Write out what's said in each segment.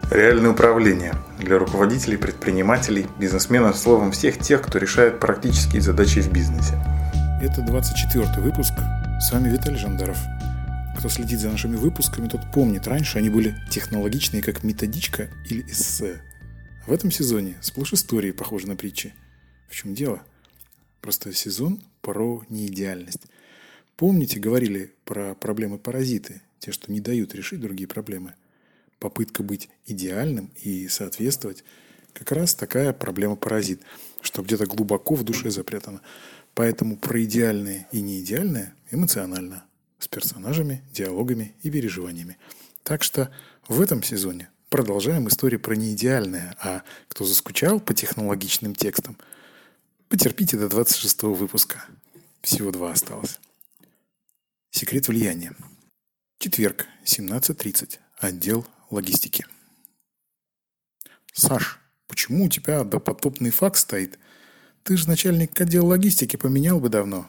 Реальное управление для руководителей, предпринимателей, бизнесменов, словом, всех тех, кто решает практические задачи в бизнесе. Это 24-й выпуск. С вами Виталий Жандаров. Кто следит за нашими выпусками, тот помнит, раньше они были технологичные, как методичка или эссе. В этом сезоне сплошь истории, похожи на притчи. В чем дело? Просто сезон про неидеальность. Помните, говорили про проблемы-паразиты, те, что не дают решить другие проблемы? Попытка быть идеальным и соответствовать – как раз такая проблема-паразит, что где-то глубоко в душе запрятана. Поэтому про идеальное и неидеальное эмоционально, с персонажами, диалогами и переживаниями. Так что в этом сезоне продолжаем историю про неидеальное, а кто заскучал по технологичным текстам, потерпите до 26-го выпуска. Всего 2 осталось. Секрет влияния. Четверг, 17:30. Отдел логистики. Саш, почему у тебя допотопный факс стоит? Ты же начальник отдела логистики, поменял бы давно.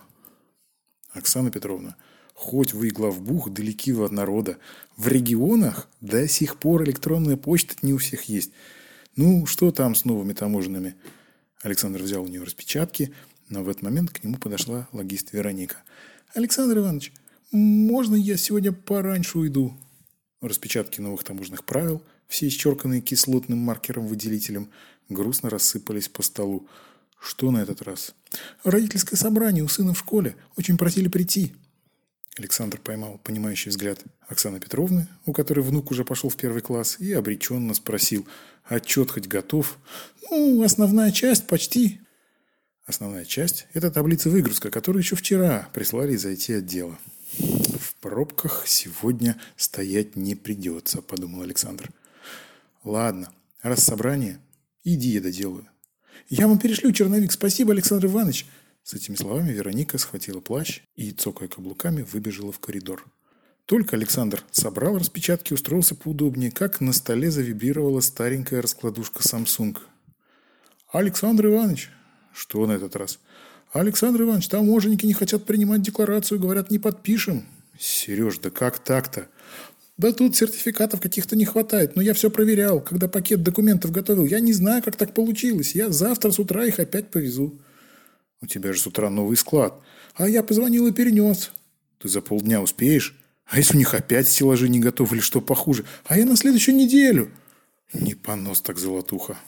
Оксана Петровна, хоть вы и главбух, далеки вы от народа. В регионах до сих пор электронная почта не у всех есть. Ну, что там с новыми таможенными? Александр взял у нее распечатки, но в этот момент к нему подошла логист Вероника. Александр Иванович, можно я сегодня пораньше уйду? Распечатки новых таможенных правил, все исчерканные кислотным маркером-выделителем, грустно рассыпались по столу. Что на этот раз? Родительское собрание у сына в школе. Очень просили прийти. Александр поймал понимающий взгляд Оксаны Петровны, у которой внук уже пошел в 1 класс, и обреченно спросил: отчет хоть готов? Ну, основная часть почти. Основная часть – это таблица выгрузка, которую еще вчера прислали из IT-отдела. В пробках сегодня стоять не придется, подумал Александр. Ладно, раз собрание, иди, я доделаю. Я вам перешлю черновик, спасибо, Александр Иванович. С этими словами Вероника схватила плащ и, цокая каблуками, выбежала в коридор. Только Александр собрал распечатки и устроился поудобнее, как на столе завибрировала старенькая раскладушка Samsung. Александр Иванович, что на этот раз? Александр Иванович, таможенники не хотят принимать декларацию, говорят, не подпишем. Сереж, да как так-то? Да тут сертификатов каких-то не хватает, но я все проверял, когда пакет документов готовил. Я не знаю, как так получилось. Я завтра с утра их опять повезу. У тебя же с утра новый склад. А я позвонил и перенес. Ты за полдня успеешь? А если у них опять стеллажи не готовы или что похуже? А я на следующую неделю. Не понос так, золотуха.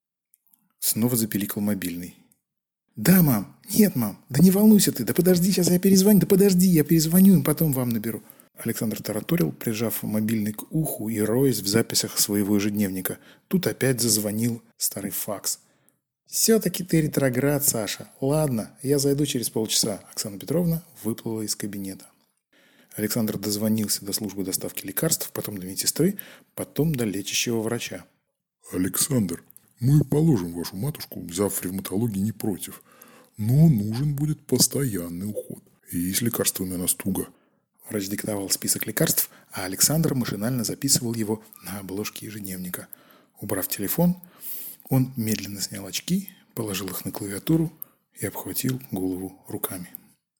Снова запиликал мобильный. Да, мам. Нет, мам. Да не волнуйся ты. Да подожди, сейчас я перезвоню. Да подожди, я перезвоню и потом вам наберу. Александр тараторил, прижав мобильный к уху и роясь в записях своего ежедневника. Тут опять зазвонил старый факс. «Все-таки ты ретроград, Саша. Ладно, я зайду через полчаса». Оксана Петровна выплыла из кабинета. Александр дозвонился до службы доставки лекарств, потом до медсестры, потом до лечащего врача. Александр, мы положим вашу матушку в зав. Ревматологии не против, но нужен будет постоянный уход. И с лекарствами у нас туго. Врач диктовал список лекарств, а Александр машинально записывал его на обложке ежедневника. Убрав телефон, он медленно снял очки, положил их на клавиатуру и обхватил голову руками.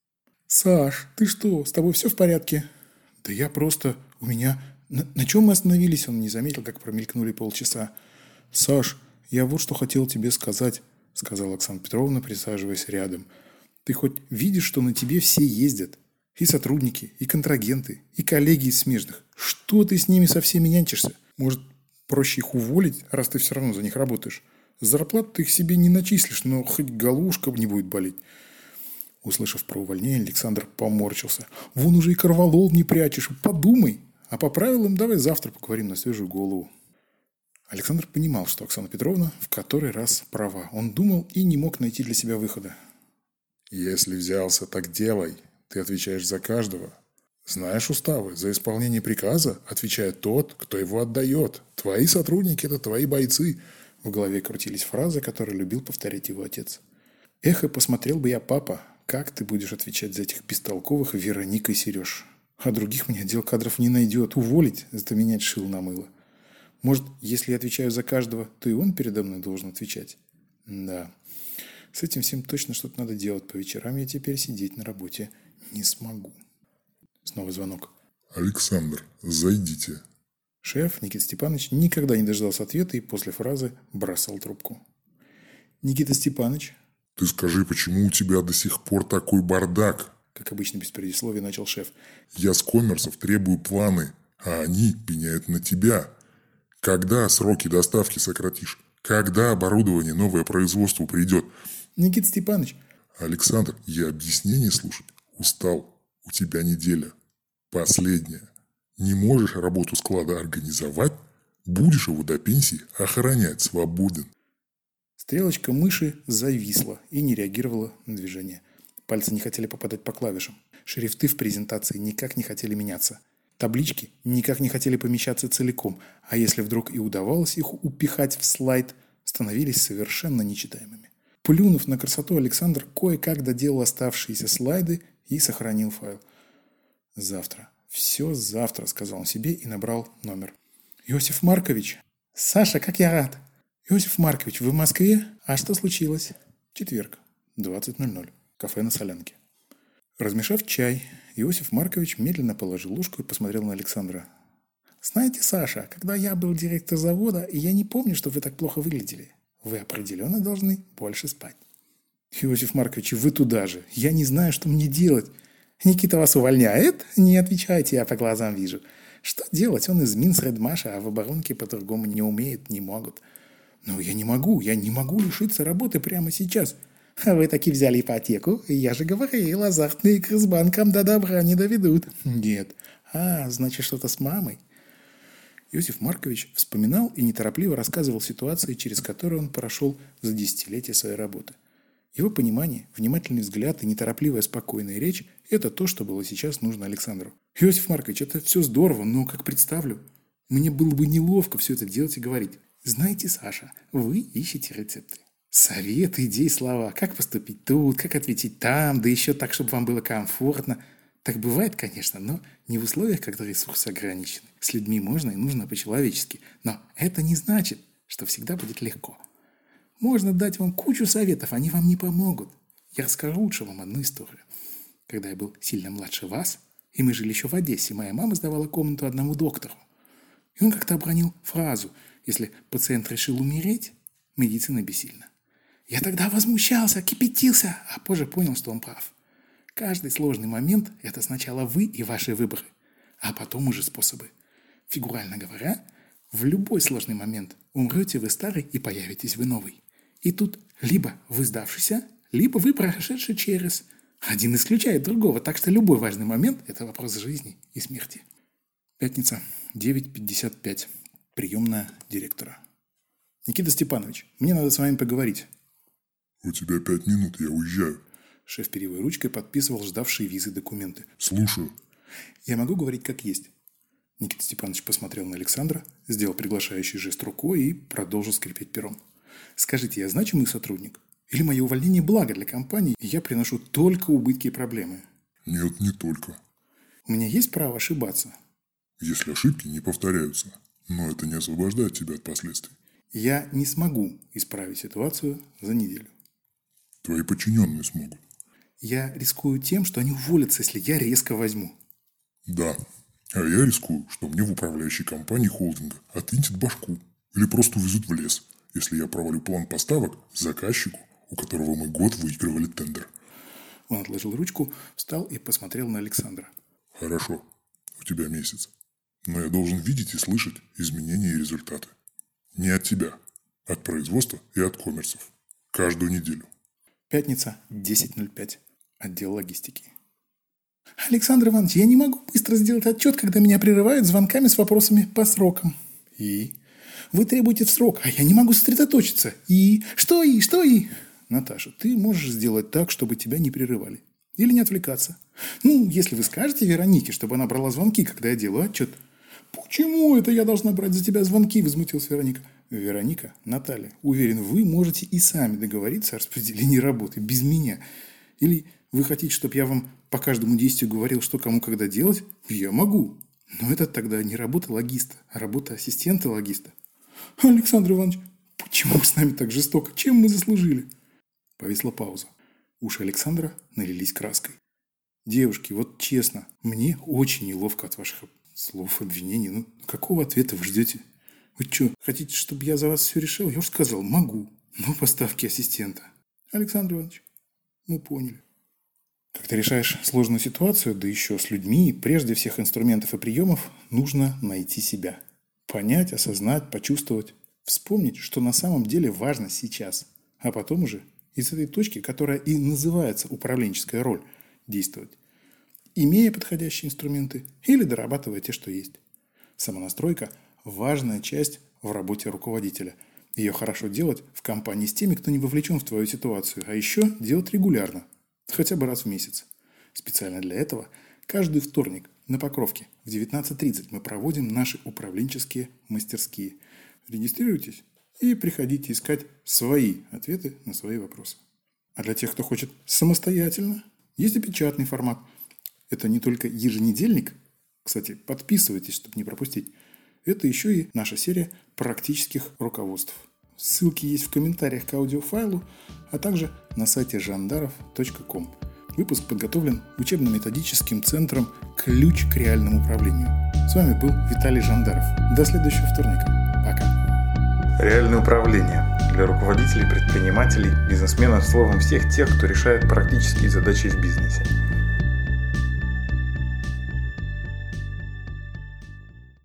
«Саш, ты что, с тобой все в порядке?» «Да я просто... У меня... На чем мы остановились?» Он не заметил, как промелькнули полчаса. «Саш, я вот что хотел тебе сказать», — сказала Оксана Петровна, присаживаясь рядом. «Ты хоть видишь, что на тебе все ездят? И сотрудники, и контрагенты, и коллеги из смежных. Что ты с ними со всеми нянчишься? Может, проще их уволить, раз ты все равно за них работаешь? Зарплату ты их себе не начислишь, но хоть головушка не будет болеть». Услышав про увольнение, Александр поморщился. «Вон уже и корвалол не прячешь. Подумай. А по правилам давай завтра поговорим на свежую голову». Александр понимал, что Оксана Петровна в который раз права. Он думал и не мог найти для себя выхода. Если взялся, так делай. Ты отвечаешь за каждого. Знаешь уставы, за исполнение приказа отвечает тот, кто его отдает. Твои сотрудники – это твои бойцы. В голове крутились фразы, которые любил повторять его отец. «Эх, и посмотрел бы я, папа, как ты будешь отвечать за этих бестолковых Вероник и Сереж. А других мне отдел кадров не найдет. Уволить – это менять шил на мыло. Может, если я отвечаю за каждого, то и он передо мной должен отвечать? Да, с этим всем точно что-то надо делать. По вечерам я теперь сидеть на работе не смогу». Снова звонок. Александр, зайдите. Шеф Никита Степанович никогда не дождался ответа и после фразы бросал трубку. «Никита Степанович», Ты скажи, почему у тебя до сих пор такой бардак? как обычно без предисловия начал шеф. Я с коммерсов требую планы, а они пеняют на тебя. Когда сроки доставки сократишь? Когда оборудование новое производство придет? «Никита Степанович», Александр, я объяснение слушать устал. У тебя неделя. Последняя. Не можешь работу склада организовать? Будешь его до пенсии охранять свободен. стрелочка мыши зависла и не реагировала на движение. Пальцы не хотели попадать по клавишам. Шрифты в презентации никак не хотели меняться. Таблички никак не хотели помещаться целиком, а если вдруг и удавалось их упихать в слайд, становились совершенно нечитаемыми. Плюнув на красоту, Александр кое-как доделал оставшиеся слайды и сохранил файл. «Завтра. Все завтра», — сказал он себе и набрал номер. «Иосиф Маркович». «Саша, как я рад!» «Иосиф Маркович, вы в Москве? А что случилось?» «Четверг. 20:00. Кафе на Солянке». Размешав чай, Иосиф Маркович медленно положил ложку и посмотрел на Александра. «Знаете, Саша, когда я был директор завода, я не помню, что вы так плохо выглядели. Вы определенно должны больше спать». «Иосиф Маркович, вы туда же. Я не знаю, что мне делать. Никита вас увольняет? Не отвечайте, я по глазам вижу. Что делать? Он из Минсредмаша, а в оборонке по-другому не умеет, не могут. Но я не могу лишиться работы прямо сейчас. А вы таки взяли ипотеку? Я же говорил, азартные игры с банком до добра не доведут». «Нет». Значит, что-то с мамой. Иосиф Маркович вспоминал и неторопливо рассказывал ситуации, через которые он прошел за десятилетия своей работы. Его понимание, внимательный взгляд и неторопливая спокойная речь – это то, что было сейчас нужно Александру. «Иосиф Маркович, это все здорово, но как представлю, мне было бы неловко все это делать и говорить. Знаете, Саша, вы ищете рецепты. Советы, идеи, слова. Как поступить тут, как ответить там, да еще так, чтобы вам было комфортно. Так бывает, конечно, но не в условиях, когда ресурсы ограничены. С людьми можно и нужно по-человечески. Но это не значит, что всегда будет легко. Можно дать вам кучу советов, они вам не помогут. Я расскажу лучше вам одну историю. Когда я был сильно младше вас, и мы жили еще в Одессе, моя мама сдавала комнату одному доктору. И он как-то обронил фразу: «Если пациент решил умереть, медицина бессильна». Я тогда возмущался, кипятился, а позже понял, что он прав. Каждый сложный момент – это сначала вы и ваши выборы, а потом уже способы. Фигурально говоря, в любой сложный момент умрете вы старый и появитесь вы новый. И тут либо вы сдавшийся, либо вы прошедший через. Один исключает другого, так что любой важный момент – это вопрос жизни и смерти. Пятница, 9:55. Приемная директора. «Никита Степанович, мне надо с вами поговорить». У тебя 5 минут, я уезжаю. Шеф перьевой ручкой подписывал ждавшие визы документы. Слушаю. «Я могу говорить как есть». Никита Степанович посмотрел на Александра, сделал приглашающий жест рукой и продолжил скрипеть пером. «Скажите, я значимый сотрудник? Или мое увольнение благо для компании, и я приношу только убытки и проблемы?» Нет, не только. «У меня есть право ошибаться?» Если ошибки не повторяются. Но это не освобождает тебя от последствий. «Я не смогу исправить ситуацию за неделю». Твои подчиненные смогут. «Я рискую тем, что они уволятся, если я резко возьму». Да. А я рискую, что мне в управляющей компании холдинга отвинтят башку. Или просто увезут в лес, если я провалю план поставок заказчику, у которого мы год выигрывали тендер. Он отложил ручку, встал и посмотрел на Александра. Хорошо. У тебя месяц. Но я должен видеть и слышать изменения и результаты. Не от тебя. От производства и от коммерсов. Каждую неделю. Пятница, 10:05. Отдел логистики. «Александр Иванович, я не могу быстро сделать отчет, когда меня прерывают звонками с вопросами по срокам». «И?» «Вы требуете в срок, а я не могу сосредоточиться». «И?» «Что и? Что и?» «Наташа, ты можешь сделать так, чтобы тебя не прерывали. Или не отвлекаться. Если вы скажете Веронике, чтобы она брала звонки, когда я делаю отчет». «Почему это я должна брать за тебя звонки?» – возмутилась Вероника. «Вероника, Наталья, уверен, вы можете и сами договориться о распределении работы без меня. Или вы хотите, чтобы я вам по каждому действию говорил, что кому когда делать? Я могу. Но это тогда не работа логиста, а работа ассистента логиста». «Александр Иванович, почему вы с нами так жестоко? Чем мы заслужили?» Повисла пауза. Уши Александра налились краской. «Девушки, вот честно, мне очень неловко от ваших Слов обвинений. Ну, какого ответа вы ждете? Вы что, хотите, чтобы я за вас все решил? Я уж сказал, могу. Но поставки ассистента. Александр Иванович, мы поняли. Когда решаешь сложную ситуацию, да еще с людьми, прежде всех инструментов и приемов, нужно найти себя. Понять, осознать, почувствовать. Вспомнить, что на самом деле важно сейчас. А потом уже из этой точки, которая и называется управленческая роль, действовать. Имея подходящие инструменты или дорабатывая те, что есть. Самонастройка – важная часть в работе руководителя. Ее хорошо делать в компании с теми, кто не вовлечен в твою ситуацию, а еще делать регулярно, хотя бы раз в месяц. Специально для этого каждый вторник на Покровке в 19:30 мы проводим наши управленческие мастерские. Регистрируйтесь и приходите искать свои ответы на свои вопросы. А для тех, кто хочет самостоятельно, есть и печатный формат. Это не только еженедельник, кстати, подписывайтесь, чтобы не пропустить. Это еще и наша серия практических руководств. Ссылки есть в комментариях к аудиофайлу, а также на сайте жандаров.ком. Выпуск подготовлен учебно-методическим центром «Ключ к реальному управлению». С вами был Виталий Жандаров. До следующего вторника. Пока. Реальное управление для руководителей, предпринимателей, бизнесменов, словом, всех тех, кто решает практические задачи в бизнесе.